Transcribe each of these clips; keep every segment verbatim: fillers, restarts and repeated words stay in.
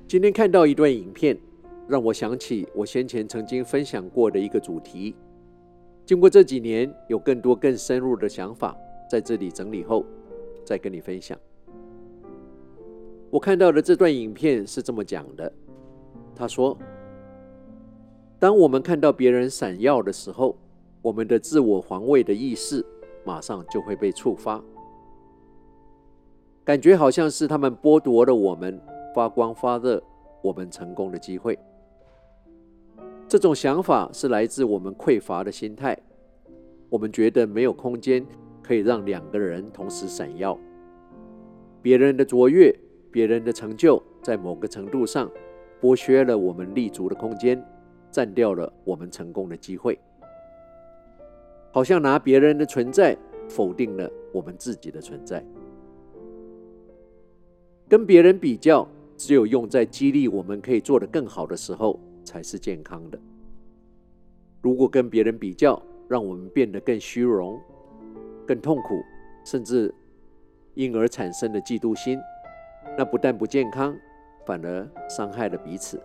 今天看到一段影片，让我想起我先前曾经分享过的一个主题。经过这几年有更多更深入的想法，在这里整理后再跟你分享。我看到的这段影片是这么讲的，他说，当我们看到别人闪耀的时候，我们的自我防卫的意识马上就会被触发，感觉好像是他们剥夺了我们发光发热、我们成功的机会。这种想法是来自我们匮乏的心态，我们觉得没有空间可以让两个人同时闪耀。别人的卓越、别人的成就，在某个程度上剥削了我们立足的空间，占掉了我们成功的机会。好像拿别人的存在否定了我们自己的存在。跟别人比较，只有用在激励我们可以做得更好的时候才是健康的。如果跟别人比较让我们变得更虚荣、更痛苦，甚至因而产生的嫉妒心，那不但不健康，反而伤害了彼此。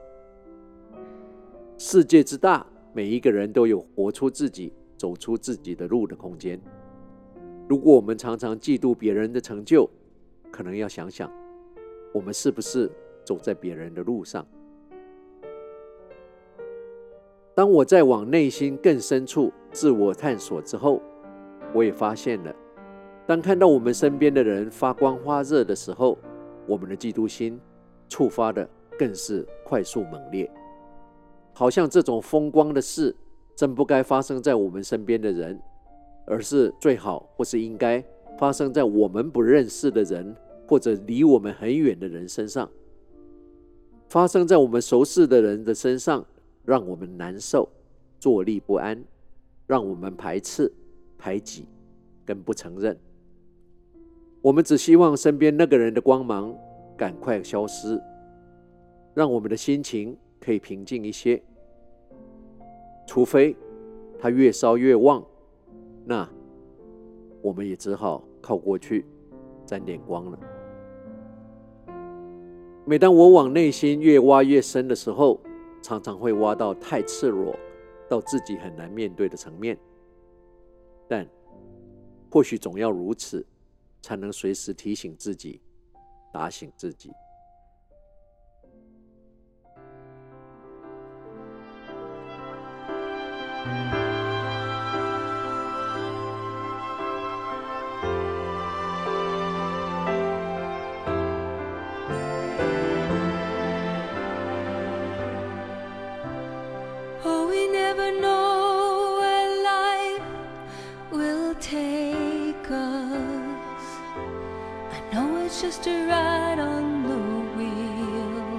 世界之大，每一个人都有活出自己、走出自己的路的空间。如果我们常常嫉妒别人的成就，可能要想想，我们是不是走在别人的路上。当我在往内心更深处自我探索之后，我也发现了，当看到我们身边的人发光发热的时候，我们的嫉妒心触发的更是快速猛烈，好像这种风光的事真不该发生在我们身边的人，而是最好或是应该发生在我们不认识的人，或者离我们很远的人身上。发生在我们熟识的人的身上，让我们难受、坐立不安，让我们排斥、排挤跟不承认。我们只希望身边那个人的光芒赶快消失，让我们的心情可以平静一些。除非它越烧越旺，那我们也只好靠过去沾点光了。每当我往内心越挖越深的时候，常常会挖到太赤裸，到自己很难面对的层面。但或许总要如此，才能随时提醒自己，打醒自己。 Oh, we never know where life will take us. I know it's just a ride on the wheel,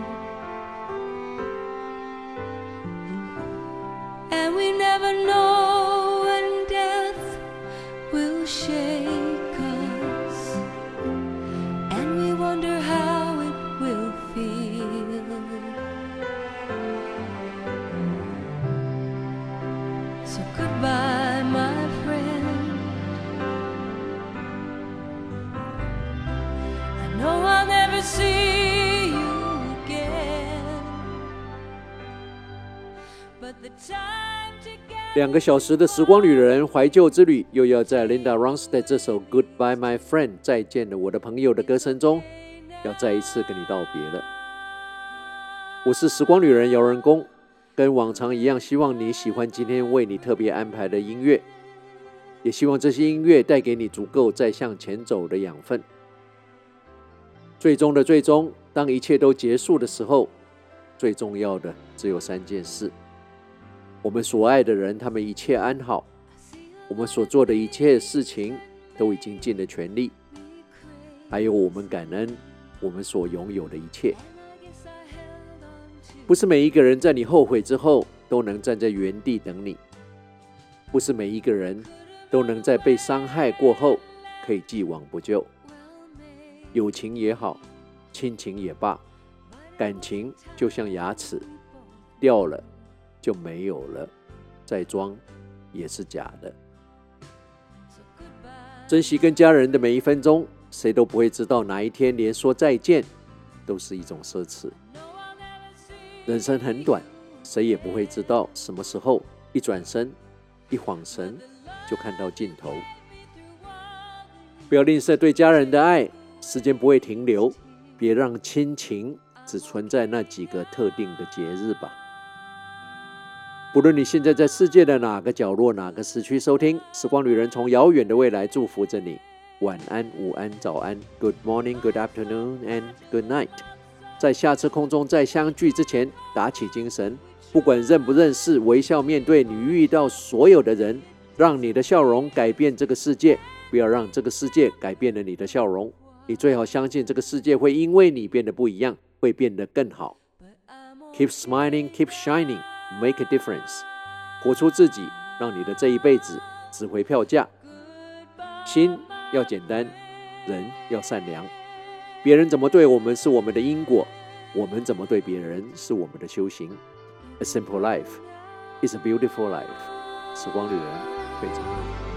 and we never know when death will shake us, and we wonder how it will feel. So goodbye, my friend. I know I'll never see you again, but the time together. 两个小时的时光旅人怀旧之旅，又要在 Linda Ronstadt 这首 Goodbye My Friend 再见了我的朋友的歌声中，要再一次跟你道别了。我是时光旅人姚人工，跟往常一样，希望你喜欢今天为你特别安排的音乐，也希望这些音乐带给你足够再向前走的养分。最终的最终，当一切都结束的时候，最重要的只有三件事：我们所爱的人，他们一切安好；我们所做的一切事情都已经尽了全力；还有我们感恩我们所拥有的一切。不是每一个人在你后悔之后都能站在原地等你，不是每一个人都能在被伤害过后可以既往不咎。友情也好，亲情也罢，感情就像牙齿，掉了就没有了，再装也是假的。珍惜跟家人的每一分钟，谁都不会知道哪一天连说再见都是一种奢侈。 人生很短，谁也不会知道什么时候一转身一晃神就看到尽头。不要吝啬对家人的爱，时间不会停留，别让亲情只存在那几个特定的节日吧。不论你现在在世界的哪个角落哪个时区收听，时光旅人从遥远的未来祝福着你。晚安、午安、早安 Good morning, good afternoon and good night。 在下次空中再相聚之前，打起精神，不管认不认识，微笑面对你遇到所有的人，让你的笑容改变这个世界，不要让这个世界改变了你的笑容。你最好相信这个世界会因为你变得不一样，会变得更好。 Keep smiling, keep shining, make a difference。 活出自己，让你的这一辈子值回票价。心要简单，人要善良。别人怎么对我们是我们的因果，我们怎么对别人是我们的修行。 A simple life is a beautiful life。 时光旅人退场。